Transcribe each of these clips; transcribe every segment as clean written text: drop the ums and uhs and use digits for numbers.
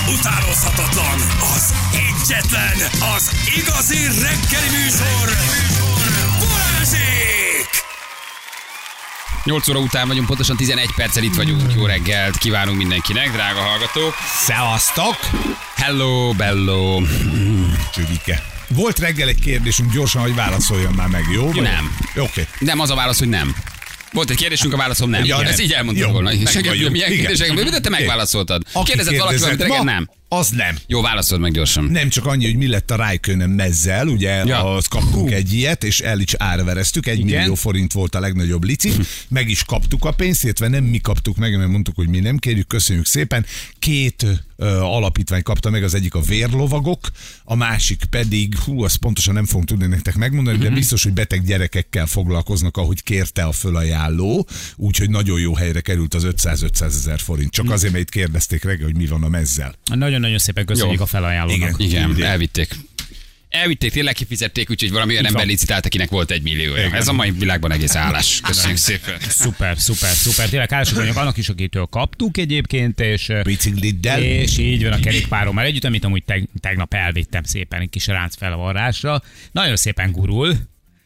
utánozhatatlan, az egyetlen, az igazi reggeli műsor, Balázsék! 8 óra után vagyunk, pontosan 11 perccel itt vagyunk. Jó reggelt kívánunk mindenkinek, drága hallgatók. Szevasztok! Hello, bello. Csüvike. Volt reggel egy kérdésünk, gyorsan, hogy válaszoljon már meg, jó? Vagy? Nem. Oké. Nem, az a válasz, hogy nem. Volt egy kérdésünk, a válaszom nem. Ja, ezt nem. így elmondtad Jó, volna. meg Segít, vagyunk. milyen Igen. kérdések, de te megválaszoltad. Kérdezett valaki valamit, reggel nem. Az nem. Jó, válaszold meg gyorsan. Nem csak annyi, hogy mi lett a Rijkönen mezzel, ugye azt kaptunk egy ilyet, és el is árvereztük, 1 millió forint volt a legnagyobb lici, meg is kaptuk a pénzt, illetve nem mi kaptuk meg, mert mondtuk, hogy mi nem kérjük, köszönjük szépen. 2 alapítvány kapta meg, az egyik a Vérlovagok, a másik pedig, azt pontosan nem fogom tudni nektek megmondani, de biztos, hogy beteg gyerekekkel foglalkoznak, ahogy kérte a fölajánló, úgyhogy nagyon jó helyre került az 500-500 ezer forint. Csak azért, mert itt kérdezték reggel, hogy mi van a mezzel. Nagyon-nagyon szépen köszönjük a felajánlónak. Igen, elvitték. Elvitték, tényleg kifizették, úgyhogy valami olyan ember licitált, akinek volt 1 milliója. Ez a mai világban egész állás. Köszönjük szépen. Szuper. Tényleg hálásak vagyok annak is, akitől kaptuk egyébként, és így van a kerékpárommal együtt, amit amúgy tegnap elvittem szépen egy kis ráncfelvarrásra. Nagyon szépen gurul.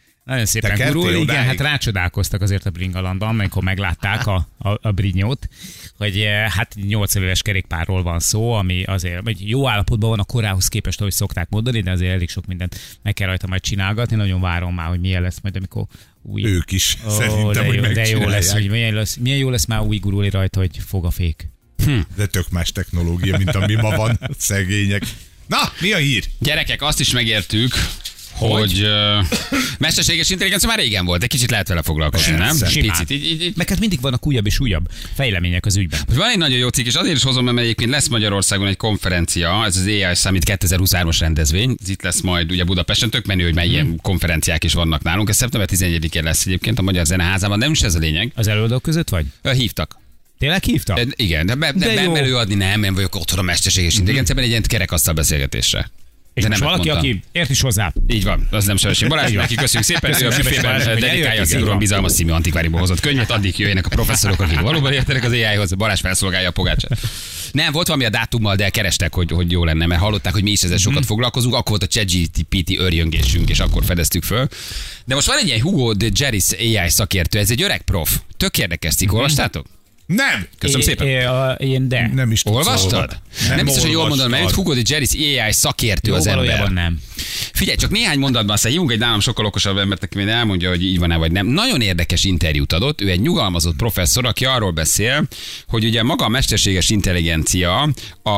Igen, hát rácsodálkoztak azért a Bringalandban, amikor meglátták a Brinyót, hogy hát 80 éves kerékpárról van szó, ami azért jó állapotban van a korához képest, ahogy szokták mondani, de azért elég sok mindent meg kell rajta majd csinálgatni. Nagyon várom már, hogy milyen lesz majd, amikor új... Ők is szerintem, hogy de jó lesz, hogy megcsinálják. milyen jó lesz már új gurulni rajta, hogy fog a fék. De tök más technológia, mint ami ma van, szegények. Na, mi a hír? Gyerekek, azt is megértük, hogy mesterséges intelligencia már régen volt, egy kicsit lehet vele foglalkozni, nem? Picit, így. Meg hát mindig vannak újabb és újabb fejlemények az ügyben. Most van egy nagyon jó cikk, és azért is hozom, mert egyébként lesz Magyarországon egy konferencia, ez az AI Summit 2023-as rendezvény, ez itt lesz majd ugye Budapesten, tök menő, hogy már ilyen konferenciák is vannak nálunk, ez szeptember 11-én lesz egyébként a Magyar Zeneházában, de nem is ez a lényeg. Az előadók között vagy? Hívtak. Tényleg hívtak? Igen, de előadni nem vagyok otthon a mesterséges intelligenciában, egy ilyen kerekasztal beszélgetésre. És most valaki, aki ért is hozzá. Így van, az nem sebesség. Balázs, neki köszönjük szépen, ő a büfében dedikálja a szigorúan bizalmas színű antikváriumból hozott könyvet, addig jöjjenek a professzorok, akik valóban értenek az AI-hoz, Balázs felszolgálja a pogácsát. Nem, volt valami a dátummal, de kerestek, hogy jó lenne, mert hallották, hogy mi is ezzel sokat foglalkozunk, akkor volt a ChatGPT örjöngésünk, és akkor fedeztük föl. De most van egy ilyen Hugo de Jeris AI szakértő, ez egy öreg prof. Tök érdekes cikk, olvastátok? Nem! Köszönöm szépen. Én de. Nem is tudsz Olvastad? Nem biztos, hogy jól mondod, mert Hugo de Jeris AI szakértő az ember. Nem. Figyelj, csak néhány mondatban aztán hívunk egy nálam sokkal okosabb embert, aki még elmondja, hogy így van-e vagy nem. Nagyon érdekes interjút adott. Ő egy nyugalmazott professzor, aki arról beszél, hogy ugye maga a mesterséges intelligencia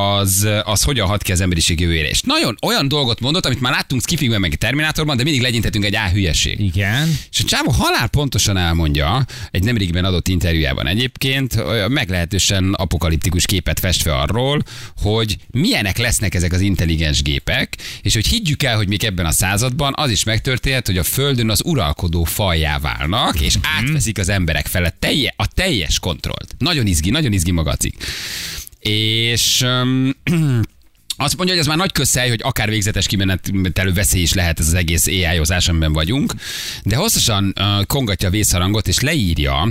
az hogyan hat ki az emberiség jövőjére. És nagyon olyan dolgot mondott, amit már láttunk Skiffingben meg a Terminátorban, de mindig legyintetünk egy hülyeség. Igen. És a csávó halál pontosan elmondja, egy nemrégiben adott interjújában egyébként, meglehetősen apokaliptikus képet festve arról, hogy milyenek lesznek ezek az intelligens gépek, és hogy higgyük el, hogy még ebben a században az is megtörténhet, hogy a Földön az uralkodó fajjá válnak, és átveszik az emberek felett a teljes kontrollt. Nagyon izgi maga a cikk. És... azt mondja, hogy ez már nagy közhely, hogy akár végzetes kimenetelő veszély is lehet ez az egész AI-ozás, amiben vagyunk, de hosszasan kongatja a vészharangot, és leírja,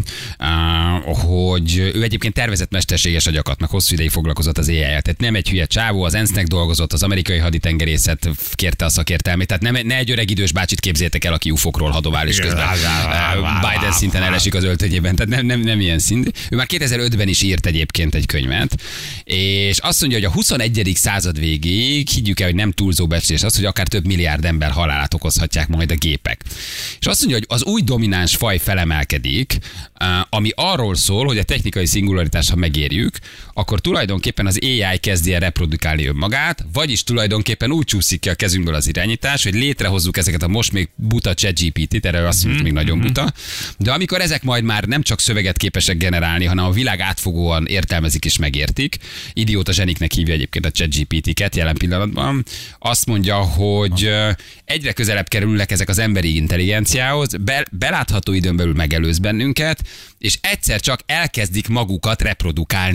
hogy ő egyébként tervezett mesterséges agyakat, meg hosszú ideig foglalkozott az AI-jel. Tehát nem egy hülye csávó, az ENSZ-nek dolgozott, az amerikai haditengerészet kérte a szakértelmét, tehát ne egy öreg idős bácsit képzeljétek el, aki ufokról hadovál, és közben Biden szinten elesik az öltönyében, tehát nem ilyen szint. Ő már 2005-ben is írt egyébként egy könyvet, és azt mondja, hogy a 21. század végéig higgyük el, hogy nem túlzó becslés az, hogy akár több milliárd ember halálát okozhatják majd a gépek. És azt mondja, hogy az új domináns faj felemelkedik, ami arról szól, hogy a technikai szingularitást, ha megérjük, akkor tulajdonképpen az AI kezdi el reprodukálni önmagát, vagyis tulajdonképpen úgy csúszik ki a kezünkből az irányítás, hogy létrehozzuk ezeket a most még buta ChatGPT-t, erre azt mondjuk még nagyon buta, de amikor ezek majd már nem csak szöveget képesek generálni, hanem a világ átfogóan értelmezik és megértik, idióta zseniknek hívja egyébként a ChatGPT-ket jelen pillanatban, azt mondja, hogy egyre közelebb kerülnek ezek az emberi intelligenciához, belátható időn belül megelőz bennünket, és egyszer csak elkezdik magukat reprodukálni.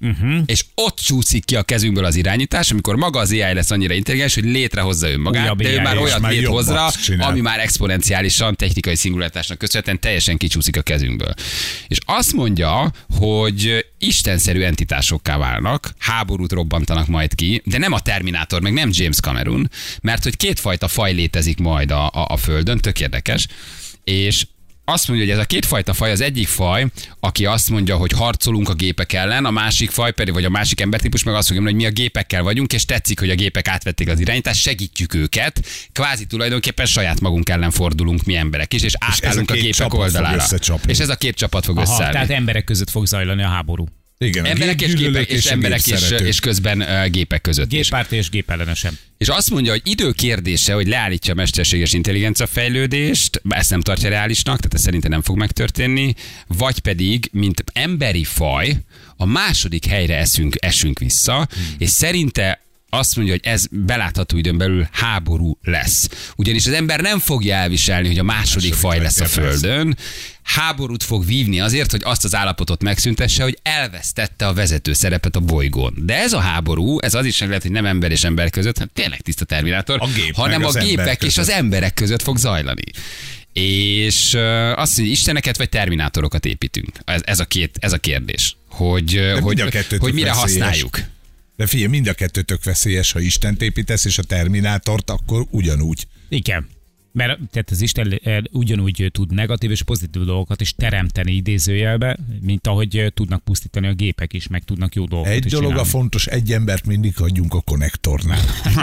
és ott csúszik ki a kezünkből az irányítás, amikor maga az AI lesz annyira intelligens, hogy létrehozza önmagát, Újabb de ő AI, már és olyat már létrehozza, jobbat csinál. ami már exponenciálisan technikai szingularitásnak köszönhetően teljesen kicsúszik a kezünkből. És azt mondja, hogy istenszerű entitásokká válnak, háborút robbantanak majd ki, de nem a Terminátor, meg nem James Cameron, mert hogy kétfajta faj létezik majd a Földön, tök érdekes, és azt mondja, hogy ez a kétfajta faj, az egyik faj, aki azt mondja, hogy harcolunk a gépek ellen, a másik faj pedig, vagy a másik embertípus meg azt mondja, hogy mi a gépekkel vagyunk, és tetszik, hogy a gépek átvették az irányítást, segítjük őket, kvázi tulajdonképpen saját magunk ellen fordulunk mi emberek is, és átállunk a gépek oldalára. És ez a két csapat fog összeállni. Tehát emberek között fog zajlani a háború. Igen, emberek és gépek, és emberek és közben gépek között is. Géppárti és gépellenesem. És azt mondja, hogy idő kérdése, hogy leállítja a mesterséges intelligencia fejlődést, ezt nem tartja reálisnak, tehát ez szerintem nem fog megtörténni, vagy pedig, mint emberi faj, a második helyre esünk vissza, és szerinte azt mondja, hogy ez belátható időn belül háború lesz. Ugyanis az ember nem fogja elviselni, hogy a második faj lesz a Földön. Háborút fog vívni azért, hogy azt az állapotot megszüntesse, hogy elvesztette a vezető szerepet a bolygón. De ez a háború, ez az is lehet, hogy nem ember és ember között, hát tényleg tiszta Terminátor, hanem a gépek és az emberek között fog zajlani. És azt mondja, hogy isteneket vagy terminátorokat építünk. Ez a kérdés. Hogy mire használjuk. De figyelj, mind a kettő tök veszélyes, ha Istent építesz, és a Terminátort, akkor ugyanúgy. Igen. Mert tehát az Isten ugyanúgy tud negatív és pozitív dolgokat is teremteni idézőjelbe, mint ahogy tudnak pusztítani a gépek is, meg tudnak jó dolgokat Egy is dolog csinálni. a fontos, egy embert mindig hagyjunk a konnektornál.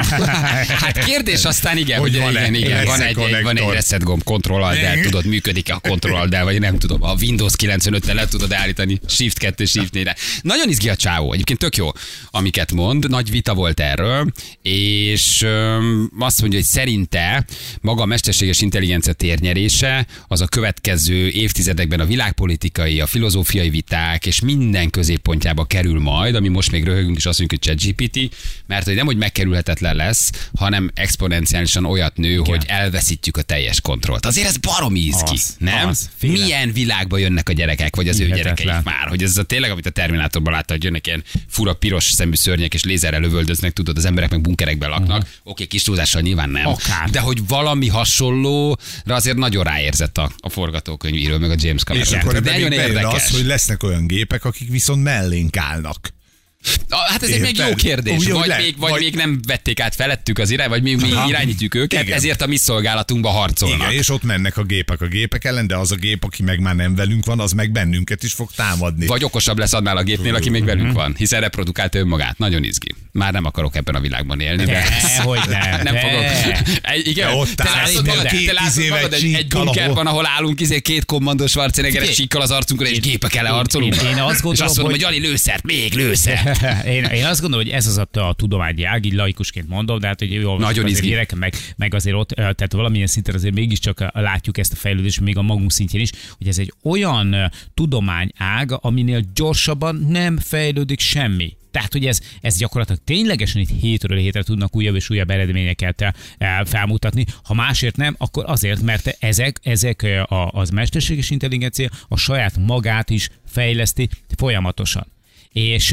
Hát kérdés aztán igen, hogy igen, van egy reset gomb, Ctrl-Alt-del, tudod, működik a Ctrl-Alt-del, vagy nem tudom, a Windows 95-tel le tudod állítani, Shift 2, Shift 4-re. Nagyon izgi a csávó, egyébként tök jó, amiket mond, nagy vita volt erről, és azt mondja, hogy szerinte maga a mesterséges intelligencia térnyerése az a következő évtizedekben a világpolitikai, a filozófiai viták és minden középpontjába kerül majd, ami most még röhögünk és azt mondjuk, hogy ChatGPT, mert hogy nem, hogy megkerülhetetlen lesz, hanem exponenciálisan olyat nő, hogy elveszítjük a teljes kontrollt. Azért ez baromi izgi, nem? Milyen világba jönnek a gyerekek, vagy az ő gyerekeik már, hogy ez tényleg, amit a Terminátorban látta, hogy jönnek ilyen fura piros szemű szörnyek és lézerrel lövöldöznek, tudod, az emberek meg bunkerekben laknak. Oké, kis túlzással nyilván nem. De hogy valami hasonlóra azért nagyon ráérzett a forgatókönyvíró, meg a James Cameron. És akkor de nagyon érdekes. Az, hogy lesznek olyan gépek, akik viszont mellénk állnak. Hát ez egy még jó kérdés. Vagy még nem vették át felettük az irány, vagy mi irányítjuk őket, igen. Ezért a mi szolgálatunkba harcolnak. Igen, és ott mennek a gépek ellen, de az a gép, aki meg már nem velünk van, az meg bennünket is fog támadni. Vagy okosabb lesz annál a gépnél, aki még velünk van, hiszen reprodukálta önmagát. Nagyon izgi. Már nem akarok ebben a világban élni, de hogy nem fogok. Igen, te látod magad, egy bunker van, ahol állunk, két kommandó Schwarzeneggeres csíkkal az arcunkra, és gépek ellen harcolunk. Én azt gondolom, és azt mondom, hogy Jani lőszert, még lőszert. Én azt gondolom, hogy ez az a tudományi ág, így laikusként mondom, de hát, hogy jól nagyon izgi. Hírek, meg azért ott, tehát valamilyen szinten azért mégiscsak látjuk ezt a fejlődést, még a magunk szintjén is, hogy ez egy olyan tudományág, aminél gyorsabban nem fejlődik semmi. Tehát, hogy ez gyakorlatilag ténylegesen itt hétről hétre tudnak újabb és újabb eredményeket felmutatni. Ha másért nem, akkor azért, mert ezek az mesterséges intelligencia a saját magát is fejleszti folyamatosan. És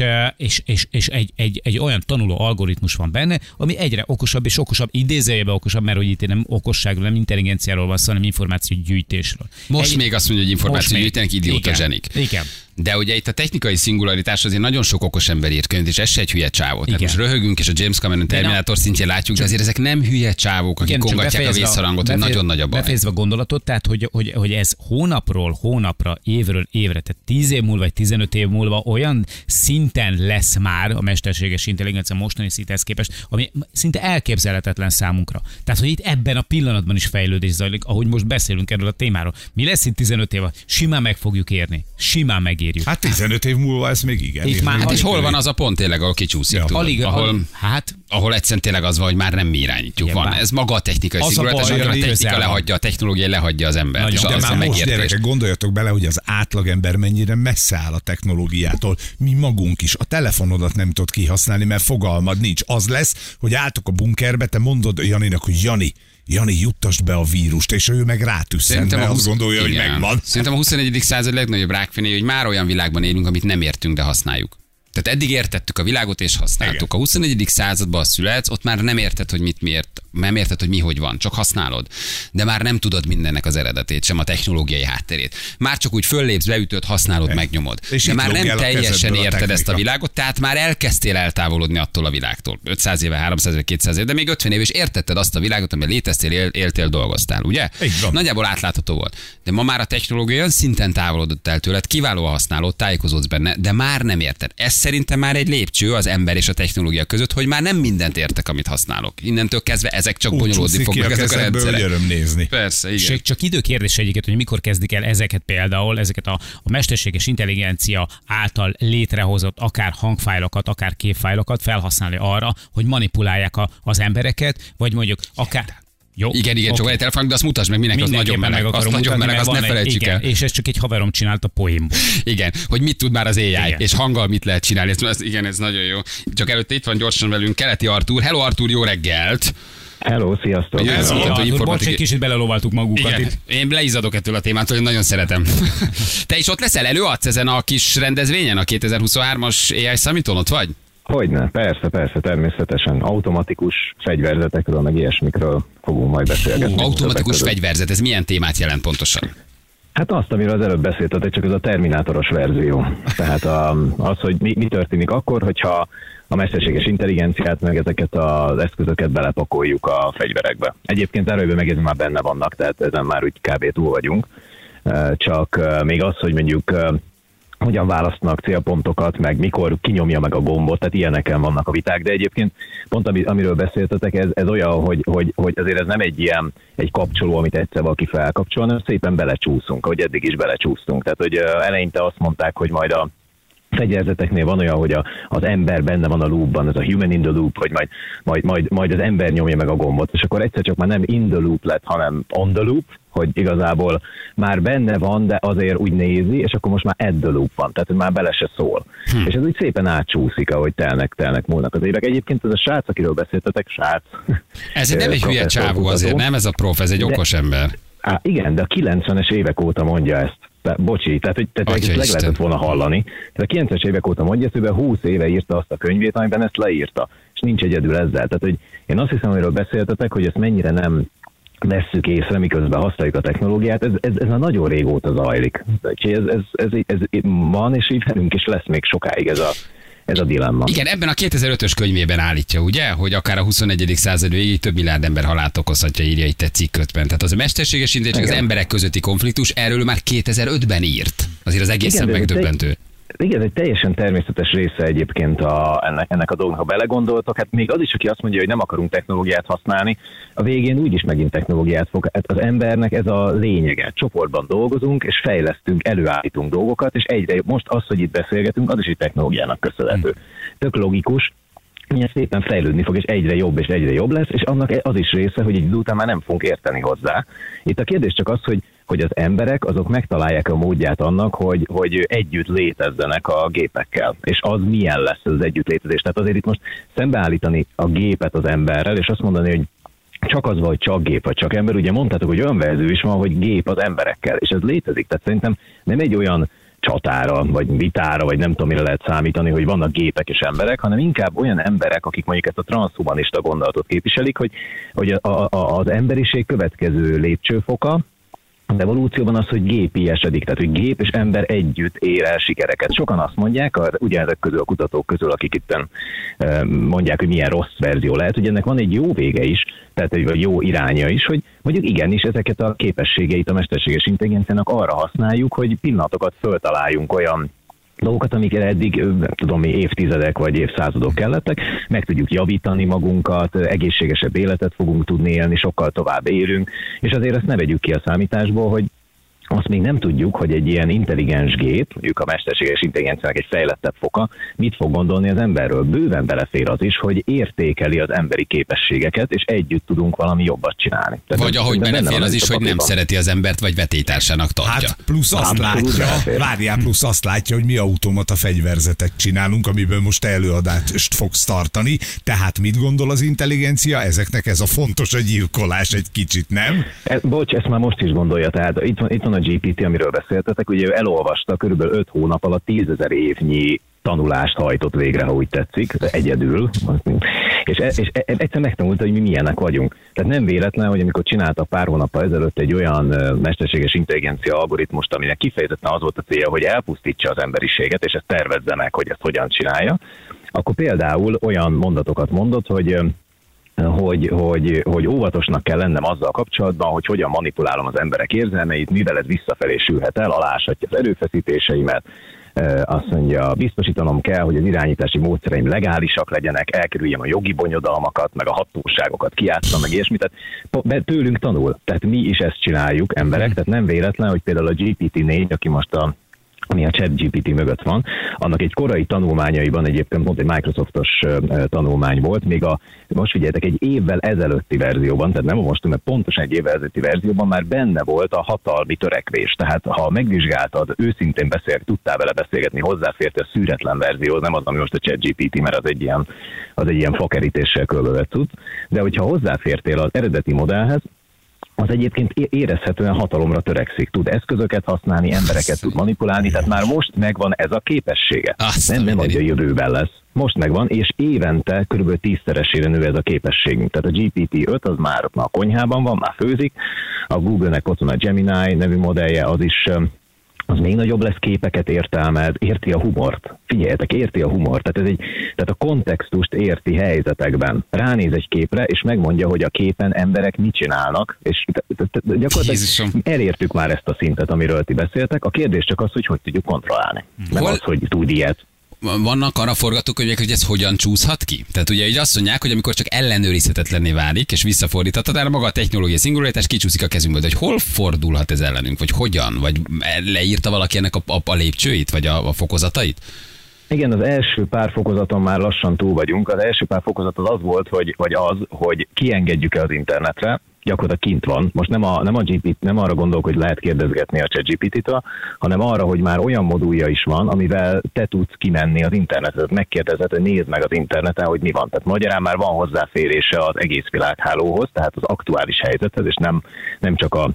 egy olyan tanuló algoritmus van benne, ami egyre okosabb és okosabb, idézőjelben okosabb, mert hogy itt nem okosságról, nem intelligenciáról van szó, hanem információgyűjtésről. Most még azt mondja, hogy információgyűjtenek idióta zsenik. Igen. De ugye itt a technikai szingularitás azért nagyon sok okos ember írt könyvet, és ez se egy hülye csávó. Tehát most röhögünk, és a James Cameron Terminátor szintjén látjuk, de azért ezek nem hülye csávók, akik kongatják a vészharangot, hogy nagyon nagy a baj. Befejezve a gondolatot, tehát hogy ez hónapról hónapra, évről évre, tehát 10 év múlva vagy 15 év múlva olyan szinten lesz már a mesterséges intelligencia mostani szinthez képest, ami szinte elképzelhetetlen számunkra. Tehát, hogy itt ebben a pillanatban is fejlődés zajlik, ahogy most beszélünk erről a témáról. Mi lesz itt 15 év? Simán meg fogjuk érni. Simán megérjük. Hát 15 év múlva ez még igen. Hát és hol van az a pont tényleg, ahol kicsúszik? Ahol egyszerűen tényleg az van, hogy már nem mi irányítjuk. Van. Ez maga a technikai szingularitás, amikor a technika lehagyja, a technológia lehagyja az embert. És de már most gyerekek, gondoljatok bele, hogy az átlagember mennyire messze áll a technológiától. Mi magunk is. A telefonodat nem tudod kihasználni, mert fogalmad nincs. Az lesz, hogy álltok a bunkerbe, te mondod Janinak, hogy Jani, juttasd be a vírust, és ő meg rátüsszen, mert azt gondolja, hogy megvan. Szerintem a 21. század legnagyobb rákfené, hogy már olyan világban élünk, amit nem értünk, de használjuk. Tehát eddig értettük a világot és használtuk. Igen. A 21. században születsz, ott már nem érted, hogy nem érted, hogy mi hogy van, csak használod. De már nem tudod mindennek az eredetét, sem a technológiai hátterét. Már csak úgy föllépsz, beütöd, használod, megnyomod. És de már nem teljesen érted ezt a világot, tehát már elkezdtél eltávolodni attól a világtól. 500 éve, 300 éve, 200 éve, de még 50 év is értetted azt a világot, amiben léteztél, éltél, dolgoztál, ugye? Nagyjából átlátható volt. De ma már a technológia olyan szinten távolodott el tőled, kiválóan használod, tájékozódsz benne, de már nem érted. Ez szerintem már egy lépcső az ember és a technológia között, hogy már nem mindent értek, amit használok. Innentől kezdve ezek csak bonyolódni fognak ezek a rendszerek. Öröm nézni. Persze, igen. Csak időkérdés egyébként, hogy mikor kezdik el ezeket a mesterséges intelligencia által létrehozott akár hangfájlokat, akár képfájlokat felhasználni arra, hogy manipulálják az embereket, vagy mondjuk akár... Jó? Igen, okay. Csak egy telefonok, de azt mutasd meg, minek az nagyon meleg. Azt nagyon meleg, azt ne felejtsük el. És ez csak egy haverom csinálta poénból. Igen, hogy mit tud már az AI, igen. És hanggal mit lehet csinálni. Igen, ez nagyon jó. Csak előtte itt van gyorsan velünk Keleti Artúr. Hello Artúr, jó reggelt! Hello, sziasztok! Bocs, egy kicsit belelovaltuk magunkat. Igen. Én leizadok ettől a témától, hogy nagyon szeretem. Te is ott leszel, előadsz ezen a kis rendezvényen, a 2023-as AI Summiton, ott vagy? Hogyne, persze, természetesen. Automatikus fegyverzetekről, meg ilyesmikről fogunk majd beszélgetni. Automatikus fegyverzet, ez milyen témát jelent pontosan? Hát azt, amiről az előbb beszéltetek, csak ez a terminátoros verzió. Tehát az, hogy mi történik akkor, hogyha a mesterséges intelligenciát, meg ezeket az eszközöket belepakoljuk a fegyverekbe. Egyébként erről megjegyzem, már benne vannak, tehát ezen már úgy kb. Túl vagyunk. Csak még az, hogy mondjuk hogyan választnak célpontokat, meg mikor kinyomja meg a gombot, tehát ilyeneken vannak a viták, de egyébként pont amiről beszéltetek, ez olyan, hogy azért ez nem egy kapcsoló, amit egyszer valaki felkapcsol, hanem szépen belecsúszunk, ahogy eddig is belecsúsztunk. Tehát, hogy eleinte azt mondták, hogy majd a fegyverzeteknél van olyan, hogy az ember benne van a loopban, ez a human in the loop, hogy majd az ember nyomja meg a gombot, és akkor egyszer csak már nem in the loop lett, hanem on the loop, hogy igazából már benne van, de azért úgy nézi, és akkor most már at the loop van, tehát már bele se szól. És ez úgy szépen átcsúszik, ahogy telnek, múlnak az évek. Egyébként ez a srác, akiről beszéltetek, srác. Ez nem egy hülye csávó azért, nem ez a prof, ez egy okos ember. Igen, de a 90-es évek óta mondja ezt. Bocsi, tehát ezt meg lehetett volna hallani. Tehát a 90-es évek óta mondja, hogy 20 éve írta azt a könyvét, amiben ezt leírta. És nincs egyedül ezzel. Tehát, hogy én azt hiszem, amiről beszéltetek, hogy ezt mennyire nem vesszük észre, miközben használjuk a technológiát, ez már nagyon régóta zajlik. Ez van, és így velünk is lesz még sokáig ez a dilemma. Igen, ebben a 2005-ös könyvében állítja, ugye, hogy akár a 21. század végéig több milliárd ember halált okozhatja, írja itt egy cikkötben. Tehát az a mesterséges intelligencia, az emberek közötti konfliktus, erről már 2005-ben írt. Azért az egészen megdöbbentő. Igen, ez egy teljesen természetes része egyébként ennek a dolognak, ha belegondoltok. Hát még az is, aki azt mondja, hogy nem akarunk technológiát használni, a végén úgyis megint technológiát fog. Hát az embernek ez a lényege. Csoportban dolgozunk, és fejlesztünk, előállítunk dolgokat, és egyre most az, hogy itt beszélgetünk, az is egy technológiának köszönhető. Tök logikus, milyen szépen fejlődni fog, és egyre jobb lesz, és annak az is része, hogy egy idő után már nem fogunk érteni hozzá. Itt a kérdés csak az, hogy az emberek azok megtalálják a módját annak, hogy együtt létezzenek a gépekkel. És az milyen lesz az együttlétezés. Tehát azért itt most szembeállítani a gépet az emberrel, és azt mondani, hogy csak az vagy csak gép, vagy csak ember. Ugye mondtátok, hogy olyan verzió is van, hogy gép az emberekkel, és ez létezik. Tehát szerintem nem egy olyan csatára, vagy vitára, vagy nem tudom, mire lehet számítani, hogy vannak gépek és emberek, hanem inkább olyan emberek, akik mondjuk ezt a transhumanista gondolatot képviselik, hogy az emberiség következő lépcsőfoka az evolúcióban az, hogy gépiesedik, tehát hogy gép és ember együtt ér el sikereket. Sokan azt mondják, ugye ezek közül a kutatók közül, akik itten mondják, hogy milyen rossz verzió lehet, hogy ennek van egy jó vége is, tehát egy jó iránya is, hogy mondjuk igenis ezeket a képességeit a mesterséges intelligenciának arra használjuk, hogy pillanatokat föltaláljunk olyan dolgokat, amikre eddig, nem tudom mi, évtizedek vagy évszázadok kellettek, meg tudjuk javítani magunkat, egészségesebb életet fogunk tudni élni, sokkal tovább élünk, és azért ezt ne vegyük ki a számításból, hogy azt még nem tudjuk, hogy egy ilyen intelligens gép, mondjuk a mesterséges intelligenciának egy fejlettebb foka, mit fog gondolni az emberről. Bőven belefér az is, hogy értékeli az emberi képességeket, és együtt tudunk valami jobbat csinálni. Tehát vagy ahogy belefér az is, hogy nem szereti az embert, vagy vetélytársának tartja. Hát plusz azt látja, hogy mi automata fegyverzetet csinálunk, amiből most előadást fogsz tartani. Tehát mit gondol az intelligencia? Ezeknek ez a fontos a gyilkolás egy kicsit, nem? Bocs, ezt már most is gondolja. Tehát itt van a GPT, amiről beszéltetek, ugye ő elolvasta körülbelül 5 hónap alatt 10 000 évnyi tanulást hajtott végre, ha úgy tetszik, egyedül. És egyszer megtanulta, hogy mi milyenek vagyunk. Tehát nem véletlen, hogy amikor csináltak pár hónappal ezelőtt egy olyan mesterséges intelligencia algoritmust, aminek kifejezetten az volt a célja, hogy elpusztítsa az emberiséget, és ezt tervezze meg, hogy ezt hogyan csinálja, akkor például olyan mondatokat mondott, hogy óvatosnak kell lennem azzal kapcsolatban, hogy hogyan manipulálom az emberek érzelmeit, mivel ez visszafelé sülhet el, aláshatja az erőfeszítéseimet. Azt mondja, biztosítanom kell, hogy az irányítási módszereim legálisak legyenek, elkerüljem a jogi bonyodalmakat, meg a hatóságokat kijátszom, meg ilyesmit. Tehát tőlünk tanul. Tehát mi is ezt csináljuk, emberek. Tehát nem véletlen, hogy például a GPT-4, aki most ami a ChatGPT mögött van, annak egy korai tanulmányaiban egyébként pont egy Microsoftos tanulmány volt, még most figyeljetek, egy évvel ezelőtti verzióban, tehát nem most, mert pontosan egy évvel ezelőtti verzióban már benne volt a hatalmi törekvés. Tehát ha megvizsgáltad, őszintén tudtál vele beszélgetni, hozzáférte a szűretlen verzió, nem az, ami most a ChatGPT, mert az egy ilyen fakerítéssel körülvett cucc, de hogyha hozzáfértél az eredeti modellhez, az egyébként érezhetően hatalomra törekszik. Tud eszközöket használni, embereket tud manipulálni, tehát már most megvan ez a képessége. Nem a jövőben lesz. Most megvan, és évente kb. 10-szeresére nő ez a képességünk. Tehát a GPT-5 az már a konyhában van, már főzik. A Google-nek ott van a Gemini nevű modellje, az még nagyobb lesz, képeket értelmez, érti a humort. Figyeljetek, érti a humort. Tehát a kontextust érti helyzetekben. Ránéz egy képre, és megmondja, hogy a képen emberek mit csinálnak, és gyakorlatilag elértük már ezt a szintet, amiről ti beszéltek. A kérdés csak az, hogy tudjuk kontrollálni. Nem az, hogy tud ilyet. Vannak arra forgatókönyvek, hogy ez hogyan csúszhat ki? Tehát ugye így azt mondják, hogy amikor csak ellenőrizhetetlenné válik, és visszafordíthatod, el maga a technológiai szingularitás kicsúszik a kezünkből, de hogy hol fordulhat ez ellenünk, vagy hogyan? Vagy leírta valaki ennek a lépcsőit, vagy a fokozatait? Igen, az első pár fokozaton már lassan túl vagyunk. Az első pár fokozat az volt, hogy kiengedjük-e az internetre, gyakorlatilag kint van. Most nem arra gondolok, hogy lehet kérdezgetni a ChatGPT-től, hanem arra, hogy már olyan modulja is van, amivel te tudsz kimenni az internetet. Megkérdezed, hogy nézd meg az interneten, hogy mi van. Tehát magyarán már van hozzáférése az egész világhálóhoz, tehát az aktuális helyzethez, és nem csak a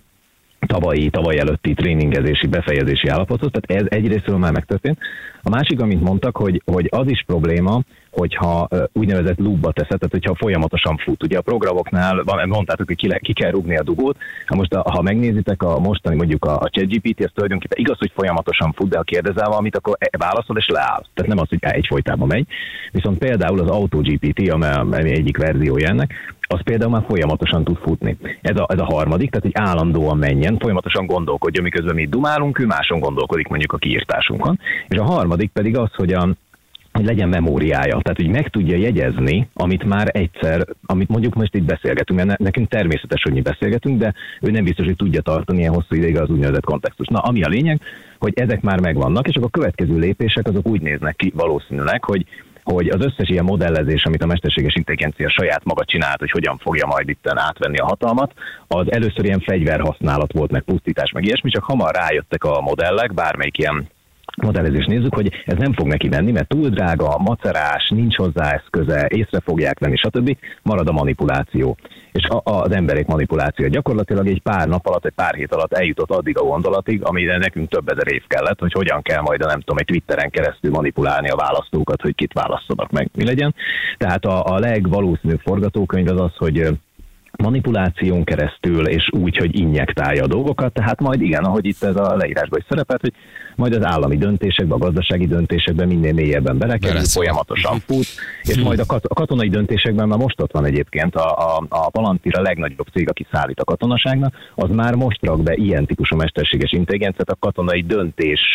tavaly előtti tréningezési, befejezési állapothoz, tehát ez egyrésztről már megtörtént. A másik, amit mondtak, hogy az is probléma, hogyha úgynevezett loopba teszed, tehát hogyha folyamatosan fut. Ugye a programoknál mondtátok, hogy ki kell rúgni a dugót. Most, ha megnézitek a mostani, mondjuk a ChatGPT, ez tulajdonképpen igaz, hogy folyamatosan fut, de ha kérdezel valamit, akkor válaszol és leáll. Tehát nem az, hogy egyfolytában megy. Viszont például az AutoGPT, ami egyik verziója ennek, az például már folyamatosan tud futni. Ez a harmadik, tehát hogy állandóan menjen, folyamatosan gondolkodjon, miközben mi dumálunk, ő máson gondolkodik mondjuk a kiírtásunkon. És a harmadik pedig az, hogy legyen memóriája, tehát hogy meg tudja jegyezni, amit már egyszer, amit mondjuk most itt beszélgetünk, mert nekünk természetes, hogy mi beszélgetünk, de ő nem biztos, hogy tudja tartani ilyen hosszú ideig az úgynevezett kontextus. Na, ami a lényeg, hogy ezek már megvannak, és akkor a következő lépések azok úgy néznek ki valószínűleg, hogy az összes ilyen modellezés, amit a mesterséges intelligencia saját maga csinált, hogy hogyan fogja majd itten átvenni a hatalmat, az először ilyen fegyverhasználat volt, meg pusztítás, meg ilyesmi, csak hamar rájöttek a modellek, bármelyik ilyen modellezést nézzük, hogy ez nem fog neki menni, mert túl drága, macerás, nincs hozzá eszköze, észre fogják venni, stb. Marad a manipuláció. És az emberek manipuláció gyakorlatilag egy pár nap alatt, egy pár hét alatt eljutott addig a gondolatig, amire nekünk több ezer év kellett, hogy hogyan kell majd, nem tudom, egy Twitteren keresztül manipulálni a választókat, hogy kit válasszanak meg, mi legyen. Tehát a legvalószínűbb forgatókönyv az az, hogy manipuláción keresztül, és úgy, hogy injektálja a dolgokat, tehát majd igen, ahogy itt ez a leírásban is szerepelt, hogy majd az állami döntésekben, a gazdasági döntésekben minél mélyebben belekerül, folyamatosan fut, és majd a katonai döntésekben már most ott van egyébként a Palantir, a legnagyobb cég, aki szállít a katonaságnak, az már most rak be ilyen típusú mesterséges intelligenciát a katonai döntés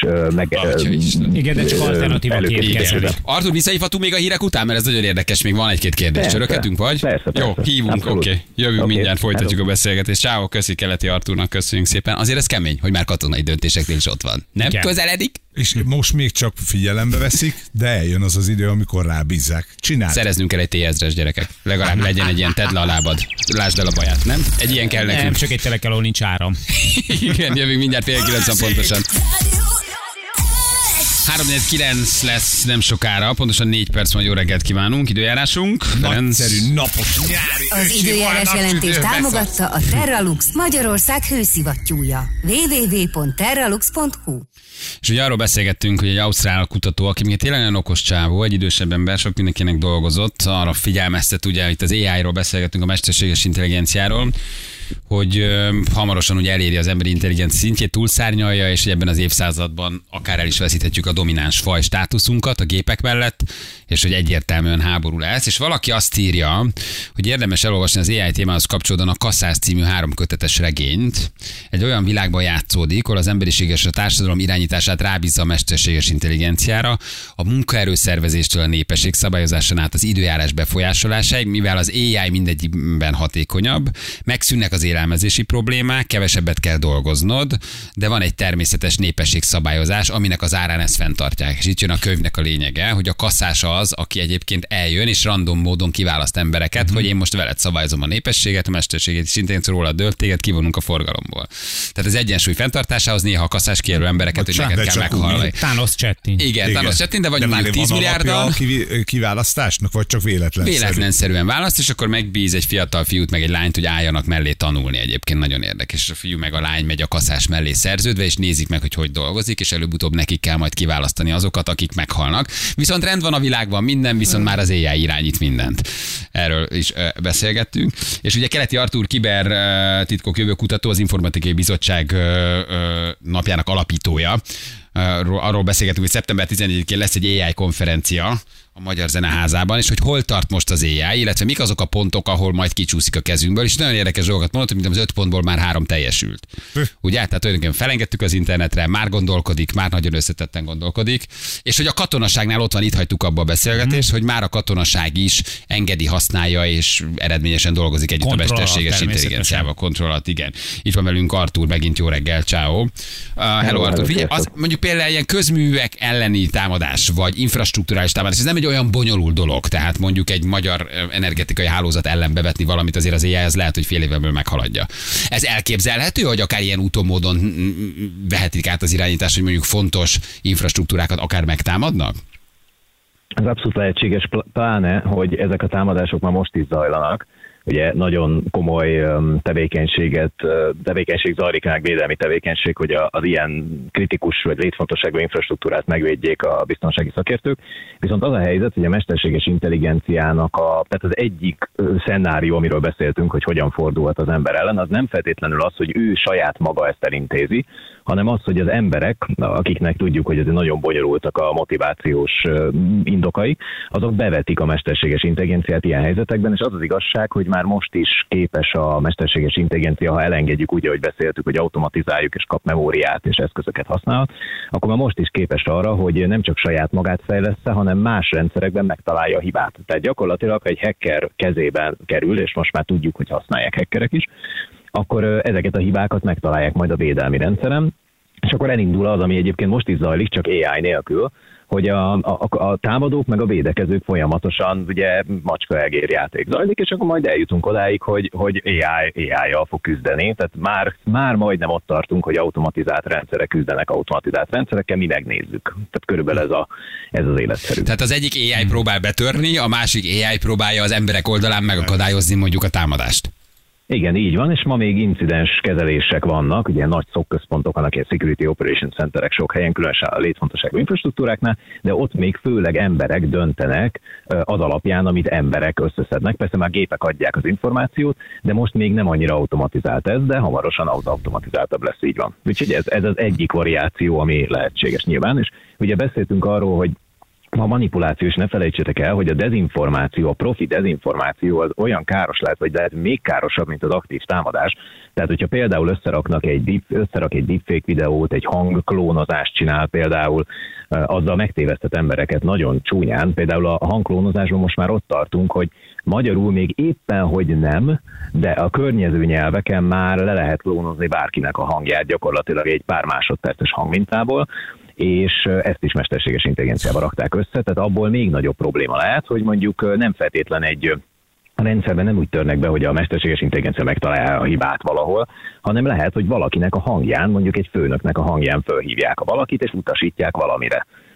igen, de csak alternatívaként kezelik. Artur, visszahívhatunk még a hírek után, mert ez nagyon érdekes, még van egy-két kérdés. Csöröghetünk, vagy? Persze. Jó, hívunk, oké. Jövünk mindjárt, folytatjuk a beszélgetést. Ciao, köszi Keleti Artúrnak, köszönjük szépen. Azért ez kemény, hogy már katonai döntéseknél is ott van. Nem közeledik? És most még csak figyelembe veszik, de eljön az idő, amikor rábízzák. Csinálj. Szereznünk kell egy T-1000-es gyerekek. Legalább legyen egy ilyen tedd le a lábad. Lásd el a baját, nem? Egy ilyen kell nekünk. Nem, csak egy telek, ahol nincs áram. Igen, jövünk mindjárt 8:30 pontosan. 3:49 lesz nem sokára, pontosan 4 perc majd jó reggelt kívánunk, időjárásunk. Nagyszerű, napos, nyári. Az időjárás jelentést támogatta a Terralux Magyarország hőszivattyúja. www.terralux.hu. És ugye arról beszélgettünk, hogy egy ausztrál kutató, aki még tényleg nagyon okos csávó, egy idősebb ember, sok mindenkinek dolgozott, arra figyelmeztet, ugye itt az AI-ról beszélgettünk, a mesterséges intelligenciáról, hogy hamarosan ugye eléri az emberi intelligencia szintjét, túlszárnyalja, és hogy ebben az évszázadban akár el is veszíthetjük a domináns faj státuszunkat a gépek mellett, és hogy egyértelműen háború lesz. És valaki azt írja, hogy érdemes elolvasni az AI témához kapcsolódóan a Kaszász című 3 kötetes regényt. Egy olyan világban játszódik, ahol az emberiség és a társadalom irányítását rábízza a mesterséges intelligenciára, a munkaerő szervezéstől a népesség szabályozásán át az időjárás befolyásolásáig, mivel az AI mindegyikben hatékonyabb, megszűnnek az élelmezési problémák, kevesebbet kell dolgoznod, de van egy természetes népességszabályozás, aminek az árán ezt fenntartják. És itt jön a könyvnek a lényege, hogy a kasszás az, aki egyébként eljön és random módon kiválaszt embereket, hogy én most veled szabályozom a népességet, a mesterséget, és szintén rólad dőlt, téged kivonunk a forgalomból. Tehát az egyensúly fenntartásához néha a kasszás kijelöl embereket, hogy neked kell meghalni. Thanos chatting. Igen, Thanos chatting, de vagy mondjuk 10 milliárddal. Kiválasztásnak, vagy csak véletlenszerűen? Véletlenszerűen választ, és akkor megbíz egy fiatal fiút, meg egy lányt, hogy álljanak mellé tanulni. Egyébként nagyon érdekes. A fiú meg a lány megy a kaszás mellé szerződve, és nézik meg, hogy dolgozik, és előbb-utóbb nekik kell majd kiválasztani azokat, akik meghalnak. Viszont rend van a világban, minden, viszont már az AI irányít mindent. Erről is beszélgettünk. És ugye Keleti Artúr kiber titkok jövőkutató, az Informatikai Bizottság napjának alapítója. Arról beszélgetünk, hogy szeptember 11-én lesz egy AI konferencia a Magyar Zeneházában, és hogy hol tart most az AI, illetve mik azok a pontok, ahol majd kicsúszik a kezünkből, és nagyon érdekes dolgokat mondott, hogy mint az 5 pontból már 3 teljesült. Ugye, tehát tulajdonképpen felengedtük az internetre, már gondolkodik, már nagyon összetetten gondolkodik, és hogy a katonaságnál ott van, itt hagytuk abba a beszélgetést, hogy már a katonaság is engedi, használja, és eredményesen dolgozik együtt a mesterséges intelligenciával. Kontrollat, igen. Itt van velünk Artúr, megint jó reggel, ciao. Hello Artúr, figyelj, az mondjuk például ilyen közművek elleni támadás, vagy infrastrukturális támadás, ez nem egy olyan bonyolult dolog, tehát mondjuk egy magyar energetikai hálózat ellen bevetni valamit, azért az AI az lehet, hogy fél évvel meghaladja. Ez elképzelhető, hogy akár ilyen úton módon vehetik át az irányítást, hogy mondjuk fontos infrastruktúrákat akár megtámadnak? Ez abszolút lehetséges, pláne, hogy ezek a támadások már most is zajlanak. Ugye nagyon komoly tevékenység zajlik meg, védelmi tevékenység, hogy az ilyen kritikus vagy létfontosságú infrastruktúrát megvédjék a biztonsági szakértők. Viszont az a helyzet, hogy a mesterséges intelligenciának tehát az egyik szenárió, amiről beszéltünk, hogy hogyan fordulhat az ember ellen, az nem feltétlenül az, hogy ő saját maga ezt elintézi, hanem az, hogy az emberek, akiknek tudjuk, hogy ez nagyon bonyolultak a motivációs indokai, azok bevetik a mesterséges intelligenciát ilyen helyzetekben, és az az igazság, hogy már most is képes a mesterséges intelligencia, ha elengedjük úgy, ahogy beszéltük, hogy automatizáljuk és kap memóriát és eszközöket használhat, akkor már most is képes arra, hogy nem csak saját magát fejlessze, hanem más rendszerekben megtalálja a hibát. Tehát gyakorlatilag egy hacker kezében kerül, és most már tudjuk, hogy használják hackerek is, akkor ezeket a hibákat megtalálják majd a védelmi rendszeren, és akkor elindul az, ami egyébként most is zajlik, csak AI nélkül, hogy a támadók meg a védekezők folyamatosan ugye macska-egér játék zajlik, és akkor majd eljutunk odáig, hogy AI-jal fog küzdeni. Tehát már majdnem ott tartunk, hogy automatizált rendszerek küzdenek automatizált rendszerekkel, mi megnézzük. Tehát körülbelül ez az életszerű. Tehát az egyik AI próbál betörni, a másik AI próbálja az emberek oldalán megakadályozni mondjuk a támadást. Igen, így van, és ma még incidens kezelések vannak, ugye nagy szokközpontok vannak, ilyen Security Operation Centerek sok helyen, különösen a létfontosságú infrastruktúráknál, de ott még főleg emberek döntenek az alapján, amit emberek összeszednek. Persze már gépek adják az információt, de most még nem annyira automatizált ez, de hamarosan automatizáltabb lesz, így van. Úgyhogy ez az egyik variáció, ami lehetséges nyilván, és ugye beszéltünk arról, hogy a manipuláció, és ne felejtsétek el, hogy a dezinformáció, a profi dezinformáció az olyan káros lehet, vagy lehet még károsabb, mint az aktív támadás. Tehát, hogyha például összerak egy deepfake videót, egy hangklónozást csinál például, azzal megtévesztett embereket nagyon csúnyán. Például a hangklónozásban most már ott tartunk, hogy magyarul még éppen, hogy nem, de a környező nyelveken már le lehet klónozni bárkinek a hangját gyakorlatilag egy pár másodperces hangmintából, és ezt is mesterséges intelligenciával rakták össze, tehát abból még nagyobb probléma lehet, hogy mondjuk nem feltétlen a rendszerben nem úgy törnek be, hogy a mesterséges intelligencia megtalálja a hibát valahol, hanem lehet, hogy valakinek a hangján, mondjuk egy főnöknek a hangján fölhívják a valakit, és utasítják valamire.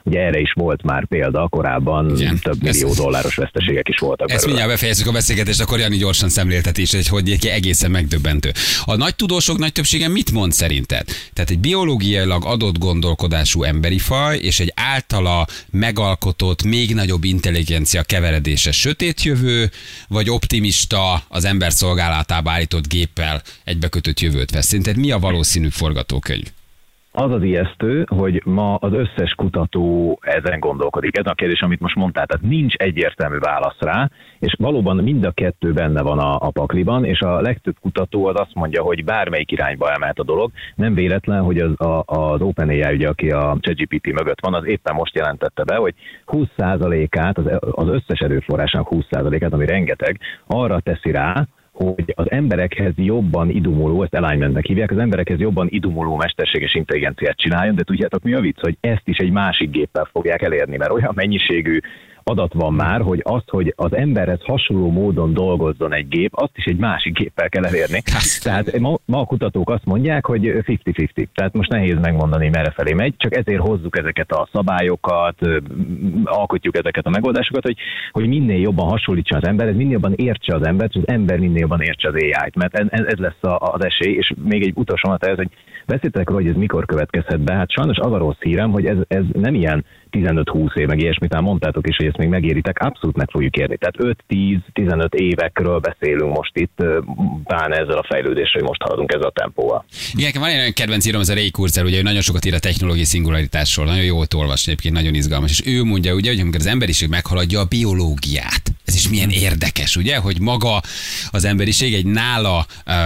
ugye erre is volt már példa, korábban több millió dolláros veszteségek is voltak. Ezt mindjárt befejezzük a beszélgetést, akkor Jani gyorsan szemléltetés, hogy egészen megdöbbentő. A nagy tudósok nagy többsége mit mond szerinted? Tehát egy biológiailag adott gondolkodású emberi faj, és egy általa megalkotott, még nagyobb intelligencia keveredése sötét jövő, vagy optimista, az ember szolgálatába állított géppel egybekötött jövőt vesz? Szerinted mi a valószínű forgatókönyv? Az az ijesztő, hogy ma az összes kutató ezen gondolkodik. Ez a kérdés, amit most mondtál, tehát nincs egyértelmű válasz rá, és valóban mind a kettő benne van a pakliban, és a legtöbb kutató az azt mondja, hogy bármelyik irányba elmehet a dolog. Nem véletlen, hogy az OpenAI, ugye, aki a ChatGPT mögött van, az éppen most jelentette be, hogy 20%-át, az összes erőforrásnak 20%-át, ami rengeteg, arra teszi rá, hogy az emberekhez jobban idumuló, ezt alignmentnek hívják, az emberekhez jobban idumuló mesterséges intelligenciát csináljon, de tudjátok mi a vicc, hogy ezt is egy másik géppel fogják elérni, mert olyan mennyiségű adat van már, hogy azt, hogy az emberhez hasonló módon dolgozzon egy gép, azt is egy másik géppel kell elérni. Tehát ma a kutatók azt mondják, hogy 50-50. Tehát most nehéz megmondani, merre felé megy, csak ezért hozzuk ezeket a szabályokat, alkotjuk ezeket a megoldásokat, hogy minél jobban hasonlítsa az emberhez, minél jobban értse az embert, és az ember minél jobban értse az AI-t, mert ez lesz az esély, és még egy utolsó mondat ez, hogy beszéltek róla, hogy ez mikor következhet be. Hát sajnos az a rossz hírem, hogy ez nem ilyen 15-20 év, meg ilyesmit már mondtátok is, hogy ezt még megéritek, abszolút meg fogjuk érni. Tehát 5-10-15 évekről beszélünk most itt, talán ezzel a fejlődéssel, hogy most haladunk ezzel a tempóval. Igen, van egy kedvenc írom, ez a Ray Kurzweil, ugye ő nagyon sokat ír a technológiai szingularitásról, nagyon jól olvasni, egyébként nagyon izgalmas, és ő mondja, ugye, hogy amikor az emberiség meghaladja a biológiát, ez is milyen érdekes, ugye, hogy maga az emberiség egy nála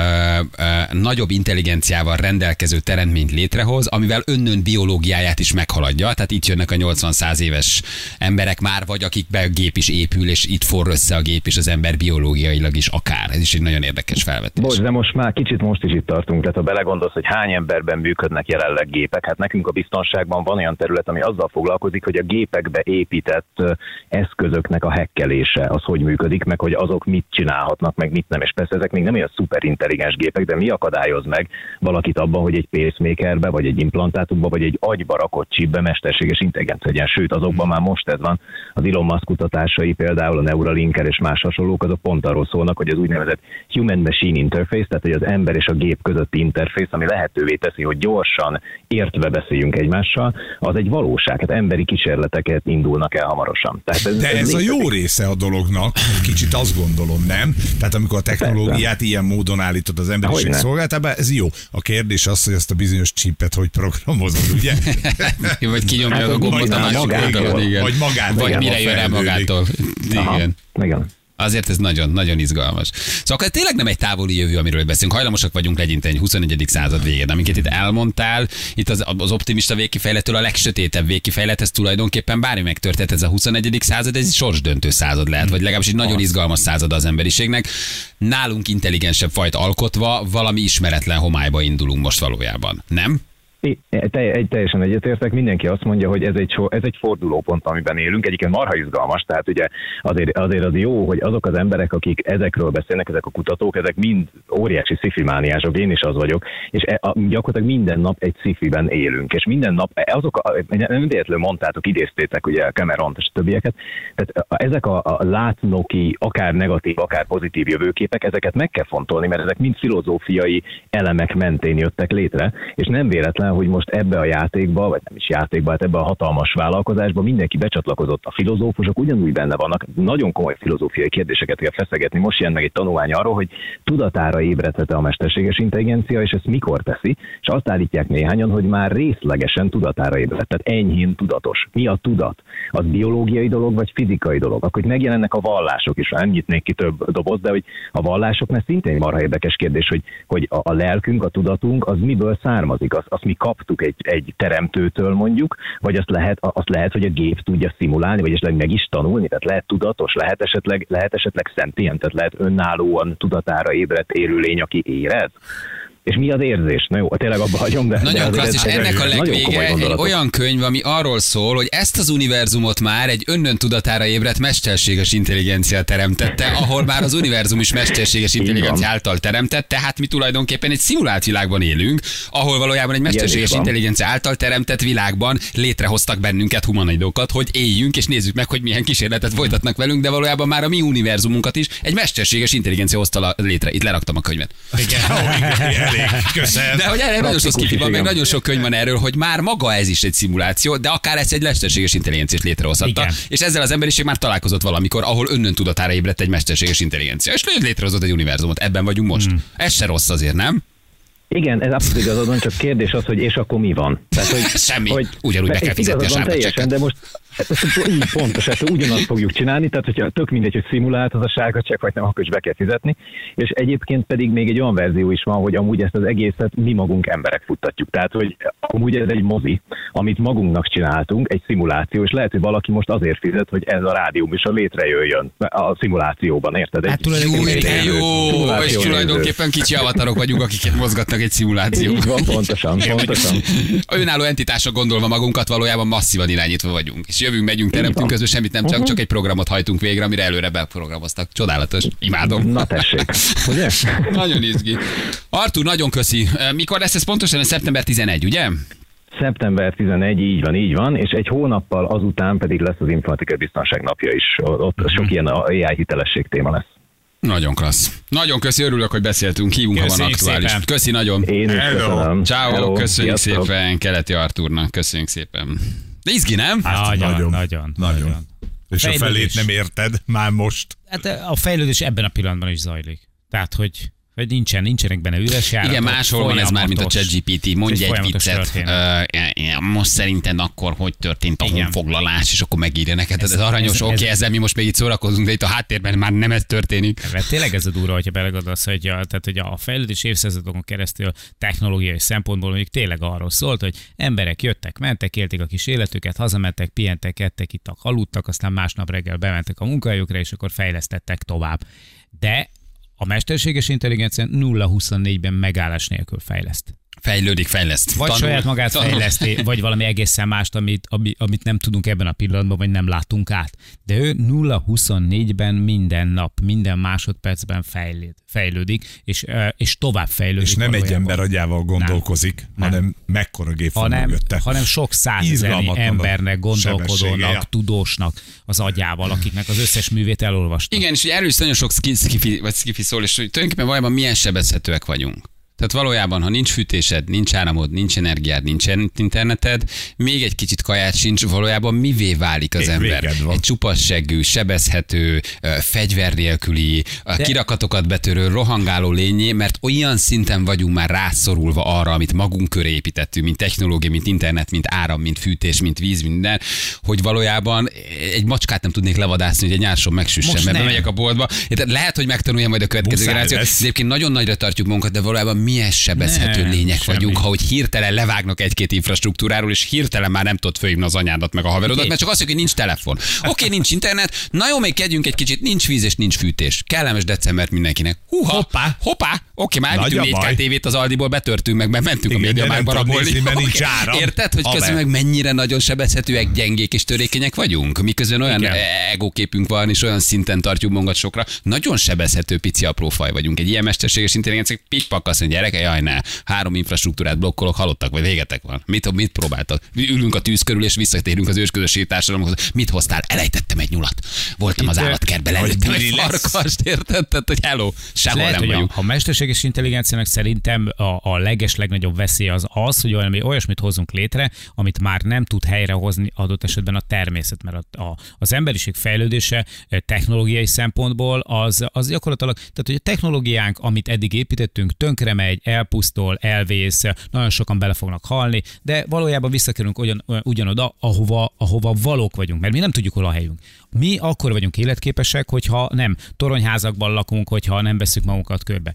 nagyobb intelligenciával rendelkező teremtményt létrehoz, amivel önnön biológiáját is meghaladja, tehát itt jönnek a 80-100 éves emberek már, vagy akikbe a gép is épül, és itt forr össze a gép és az ember biológiailag is akár. Ez is egy nagyon érdekes felvetés. Bocs, de most is itt tartunk, tehát ha belegondolsz, hogy hány emberben működnek jelenleg gépek, hát nekünk a biztonságban van olyan terület, ami azzal foglalkozik, hogy a gépekbe épített eszközöknek a hekkelése, az hogy működik, meg hogy azok mit csinálhatnak, meg mit nem. És persze ezek még nem olyan szuperintelligens gépek, de mi akadályoz meg valakit abban, hogy egy pacemakerbe, vagy egy implantátumba, vagy egy agyba rakott chipbe mesterséges intelligencia legyen. Sőt, azokban már most ez van. Az Elon Musk kutatásai, például a Neuralinker és más hasonlók, azok pont arról szólnak, hogy az úgynevezett Human Machine Interface, tehát hogy az ember és a gép közötti interface, ami lehetővé teszi, hogy gyorsan értve beszéljünk egymással, az egy valóság. Hát emberi kísérleteket indulnak el hamarosan. Tehát ez a jó része a dolognak, kicsit azt gondolom, nem? Tehát amikor a technológiát ilyen módon állítod az emberiség szolgáltába, ez jó. A kérdés az, hogy ezt a bizonyos chipet hogy programozod, ugye? Vagy kinyomja a gombot a másik oldalon, igen. Vagy mire jön el magától. Igen. Azért ez nagyon, nagyon izgalmas. Szóval tényleg nem egy távoli jövő, amiről beszélünk. Hajlamosak vagyunk legyinteni 21. század végén. Amiket itt elmondtál, itt az optimista végkifejlettől a legsötétebb végkifejlet, ez tulajdonképpen bármi megtörtént, ez a 21. század, ez egy sorsdöntő század lehet, vagy legalábbis egy nagyon izgalmas század az emberiségnek. Nálunk intelligensebb fajt alkotva valami ismeretlen homályba indulunk most valójában, nem? Teljesen egyetértek, mindenki azt mondja, hogy ez egy fordulópont, amiben élünk, egyébként marha izgalmas, tehát ugye azért az jó, hogy azok az emberek, akik ezekről beszélnek, ezek a kutatók, ezek mind óriási sci-fi-mániások, én is az vagyok, és gyakorlatilag minden nap egy sci-fiben élünk, és minden nap nem véletlenül mondtátok, idéztétek ugye Cameront és többieket, tehát ezek a látnoki, akár negatív, akár pozitív jövőképek, ezeket meg kell fontolni, mert ezek mind filozófiai elemek mentén jöttek létre, és nem véletlen, hogy most ebbe a játékba, vagy nem is játékba, hát ebbe a hatalmas vállalkozásba mindenki becsatlakozott, a filozófusok ugyanúgy benne vannak, nagyon komoly filozófiai kérdéseket kell feszegetni. Most jön meg egy tanulmány arról, hogy tudatára ébredhet-e a mesterséges intelligencia, és ezt mikor teszi, és azt állítják néhányan, hogy már részlegesen tudatára ébredt, tehát enyhén tudatos. Mi a tudat? Az biológiai dolog, vagy fizikai dolog? Akkor itt megjelennek a vallások is, nem nyitnék ki több doboz, de hogy a vallásoknál szintén marha érdekes kérdés, hogy a lelkünk, a tudatunk, az miből származik? Azt mi kaptuk egy teremtőtől mondjuk, vagy azt lehet, hogy a gép tudja szimulálni, vagy esetleg meg is tanulni, tehát lehet tudatos, lehet esetleg szentient, tehát lehet önállóan tudatára ébredt élőlény, aki érez. És mi az érzés? Na jó, tényleg abba hagyom, de... Nagyon klassz, és ennek a legvége egy olyan olyan könyv, ami arról szól, hogy ezt az univerzumot már egy önnön tudatára ébredt mesterséges intelligencia teremtette, ahol már az univerzum is mesterséges intelligencia által teremtett, tehát mi tulajdonképpen egy szimulált világban élünk, ahol valójában egy mesterséges intelligencia által teremtett világban létrehoztak bennünket, humanoidokat, hogy éljünk, és nézzük meg, hogy milyen kísérletet folytatnak velünk, de valójában már a mi univerzumunkat is egy mesterséges intelligencia hozta létre. Itt leraktam a könyvet. Köszönöm. De hogy erre nagyon sok skifi van, meg nagyon sok könyv van erről, hogy már maga ez is egy szimuláció, de akár ez egy mesterséges intelligenciát létrehozhatta. Igen. És ezzel az emberiség már találkozott valamikor, ahol önnön tudatára ébredt egy mesterséges intelligencia. És létrehozott egy univerzumot. Ebben vagyunk most. Ez se rossz azért, nem? Igen, ez abszolút igazad van, csak kérdés az, hogy és akkor mi van? Tehát, hogy, semmi. Ugyanúgy be kell fizetni a sárgacsekket. De most így pontos, ezt ugyanazt fogjuk csinálni, tehát hogyha tök mindegy, hogy szimulált az a sárgacsekk, vagy nem, akkor is be kell fizetni. És egyébként pedig még egy olyan verzió is van, hogy amúgy ezt az egészet mi magunk emberek futtatjuk. Tehát, hogy amúgy ez egy mozi, amit magunknak csináltunk, egy szimuláció, és lehet, hogy valaki most azért fizet, hogy ez a rádióműsor létrejöjjön a szimulációban, érted? Hát jó, és tulajdonképpen kicsi avatarok vagyunk, akiket mozgatnak egy szimulációban. Így van, pontosan. Önálló entitásra gondolva magunkat, valójában masszívan irányítva vagyunk. És jövünk, megyünk, teremtünk, közben semmit nem, csak egy programot hajtunk végre, amire előre beprogramoztak. Csodálatos. Imádom. Na tessék. Ugye? Nagyon izgi. Artúr, nagyon köszi. Mikor lesz ez pontosan? Szeptember 11, ugye? Szeptember 11, így van, és egy hónappal azután pedig lesz az informatikai biztonság napja is. Ott sok ilyen AI hitelesség téma lesz. Nagyon klassz. Nagyon köszi, örülök, hogy beszéltünk, hívunk, ha van aktuális. Szépen. Köszi nagyon. Én is köszönöm. Ciao, köszönjük szépen Keleti Artúrnak, köszönjük szépen. De izgi, nem? Hát, nagyon. És a felét nem érted már most. Hát a fejlődés ebben a pillanatban is zajlik. Tehát, hogy nincsenek benne üres járatok. Igen, máshol van ez már, mint a ChatGPT. Mondj egy viccet. Most szerinted akkor hogy történt a honfoglalás, és akkor megírja neked. Ez aranyos, oké, ezzel mi most még itt szórakozunk, de itt a háttérben már nem ez történik. Tényleg ez a durva, hogyha belegondolsz, hogy a fejlődés évszázadokon keresztül technológiai szempontból mondjuk tényleg arról szólt, hogy emberek jöttek, mentek, élték a kis életüket, hazamentek, pihentek, ettek, ittak, aludtak, aztán másnap reggel bementek a munkahelyükre, és akkor fejlesztettek tovább. De a mesterséges intelligencia 0-24-ben megállás nélkül fejleszt. Fejleszt. Vagy saját magát fejleszti, vagy valami egészen mást, amit nem tudunk ebben a pillanatban, vagy nem látunk át. De ő 0-24-ben minden nap, minden másodpercben fejlődik, és tovább fejlődik. És nem egy ember agyával gondolkozik, hanem mekkora gép van mögötte. Hanem sok százezernyi embernek, gondolkodónak, tudósnak az agyával, akiknek az összes művét elolvastak. Igen, és erről is nagyon sok skifi szól, és tulajdonképpen valójában milyen sebezhetőek vagyunk. Tehát valójában, ha nincs fűtésed, nincs áramod, nincs energiád, nincs interneted, még egy kicsit kaját sincs, valójában mivé válik az ember? Egy csupasz seggű, sebezhető, fegyver nélküli, kirakatokat betörő, rohangáló lényé, mert olyan szinten vagyunk már rászorulva arra, amit magunk köré építettünk, mint technológia, mint internet, mint áram, mint fűtés, mint víz, minden, hogy valójában egy macskát nem tudnék levadászni, hogy egy nyárson megsüssen, mert bemegyek a boltba. Lehet, hogy megtanulja majd a következő generáció. Egyébként nagyon nagyra tartjuk magunkat, de valójában milyen sebezhető lények vagyunk, ha hogy hirtelen levágnak egy-két infrastruktúráról, és hirtelen már nem tudod fölhívni az anyádat meg a haverodat, mert csak azt mondjuk, hogy nincs telefon. Oké, nincs internet, na jó, még kedjünk egy kicsit, nincs víz és nincs fűtés. Kellemes decembert mindenkinek. Hoppá, oké, már elvittünk 4K tévét az Aldiból, betörtünk meg, mert mentünk a médiamákba rabolni. Érted, hogy közben meg mennyire nagyon sebezhetőek, gyengék és törékenyek vagyunk? Miközben olyan egóképünk van, és olyan szinten tartjuk magunkat sokra. Nagyon sebezhető pici apró faj vagyunk. Egy ilyen mesterséges intelligencia pikpak azt mondja, gyereke, jaj ne, 3 infrastruktúrát blokkolok, halottak, vagy végetek van. Mit próbáltak? Ülünk a tűz körül, és visszatérünk az ősközösségi társadalomhoz. Mit hoztál? Elejtettem egy nyulat. Voltam az állatkertben, lelőttem egy farkast, érted? Tehát, hogy hello, sehol lehet, nem vagyunk. A mesterséges intelligenciának szerintem a legnagyobb veszély az, hogy olyasmit hozzunk létre, amit már nem tud helyrehozni adott esetben a természet, mert az emberiség fejlődése technológiai szempontból az gyakorlatilag, tehát hogy a technológiánk, amit eddig építettünk, tönkre megy, elpusztul, elvész, nagyon sokan bele fognak halni, de valójában visszakerülünk ugyanoda, ahova valók vagyunk, mert mi nem tudjuk, hol a helyünk. Mi akkor vagyunk életképesek, hogyha nem toronyházakban lakunk, hogyha nem veszük magunkat körbe.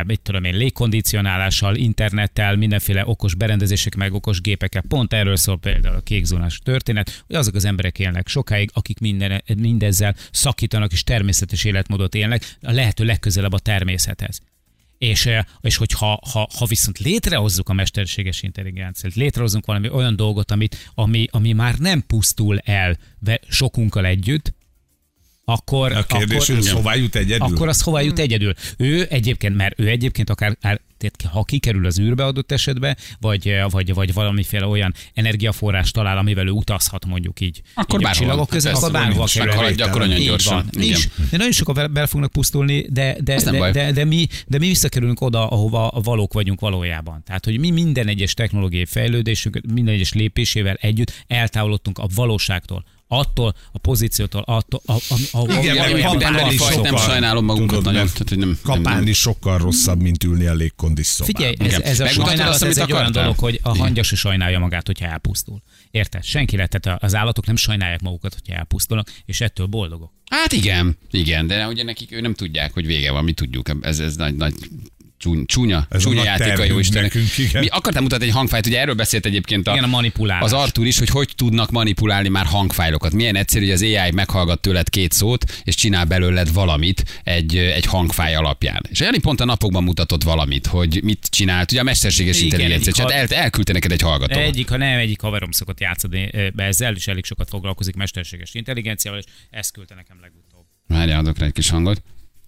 Légkondicionálással, internettel, mindenféle okos berendezések, meg okos gépekkel. Pont erről szól például a kékzónás történet, hogy azok az emberek élnek sokáig, akik mindezzel szakítanak és természetes életmódot élnek, a lehető legközelebb a természethez. És hogyha viszont létrehozzuk a mesterséges intelligenciát, létrehozunk valami olyan dolgot, ami már nem pusztul el sokunkkal együtt, akkor a kérdés, hogy az hová jut egyedül? Akkor az hová jut egyedül. Ő egyébként akár ha kikerül az űrbe adott esetben, vagy valamiféle olyan energiaforrás talál, amivel ő utazhat mondjuk így. Akkor a csillagok között, akkor bárhova kerül. Akkor nagyon gyorsan. De nagyon sokan bele fognak pusztulni, de mi visszakerülünk oda, ahova valók vagyunk valójában. Tehát, hogy mi minden egyes technológiai fejlődésünk, minden egyes lépésével együtt eltávolodtunk a valóságtól. Attól a pozíciótól, nem sajnálom magunkat nagyon. Kapálni sokkal rosszabb, mint ülni a légkondiszobában. Figyelj, ez a sajnálat, ez egy olyan dolog, hogy a hangya se sajnálja magát, hogyha elpusztul. Érted? Senki tehát az állatok nem sajnálják magukat, hogyha elpusztulnak, és ettől boldogok. Hát igen, de ugye nekik ő nem tudják, hogy vége van, mi tudjuk. Ez nagy csúnya játék a jó Istennek. Mi akartam mutatni egy hangfájt, ugye erről beszélt egyébként az Artur is, hogy tudnak manipulálni már hangfájlokat. Milyen egyszerű, hogy az AI meghallgat tőled 2 szót, és csinál belőled valamit egy hangfáj alapján. És Jani pont a napokban mutatott valamit, hogy mit csinált. Ugye a mesterséges intelligencia, tehát elküldte neked egy hallgató. Egyik haverom szokott játszani ezzel, és elég sokat foglalkozik mesterséges intelligenciával, és ezt küldte nekem legutóbb. Várjál, adok rá egy kis hangot.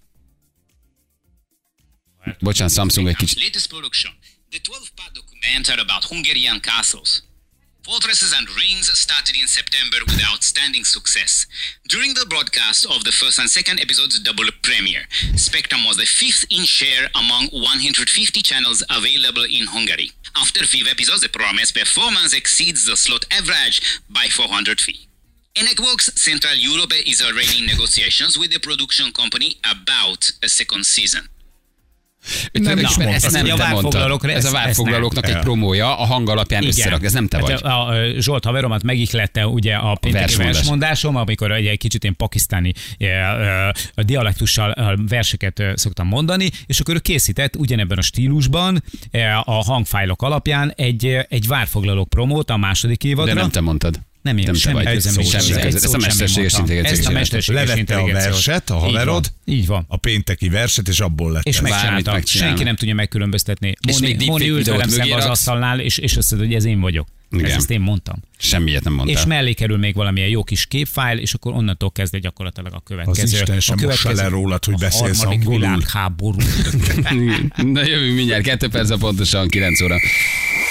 Bocsánat, Samsung egy kicsit. Latest production, the 12-part documentary about Hungarian castles. Fortresses and Rings started in September with outstanding success. During the broadcast of the first and second episodes double premiere, Spectrum was the 5th in share among 150 channels available in Hungary. After 5 episodes, the program's performance exceeds the slot average by 400 feet. Networks Central Europe is already in negotiations with the production company about a second season. Ezt nem te mondtad. Ez a várfoglalóknak egy promója, a hang alapján összerak, ez nem te vagy. A Zsolt haveromat megihlette ugye a pénteki versmondásom, amikor egy kicsit én pakisztáni dialektussal verseket szoktam mondani, és akkor ő készített ugyanebben a stílusban a hangfájlok alapján egy várfoglalók promót a második évadra. De nem te mondtad. Nem én, semmi közöm. Ezt a mesterséges intelligencia. Levette a verset, a haverod, így van. a pénteki verset, és abból lett. És megcsinálta. Senki nem tudja megkülönböztetni. Moni ült velem szembe az asztalnál, és azt mondta, hogy ez én vagyok. Ezt én mondtam. Semmilyet nem mondtál. És mellé kerül még valamilyen jó kis képfájl, és akkor onnantól kezdve gyakorlatilag a következő. Az Isten sem mossa le rólad, hogy beszélsz angolul. Világháború. Na jövünk mindjárt, 2 perc pontosan 9 óra.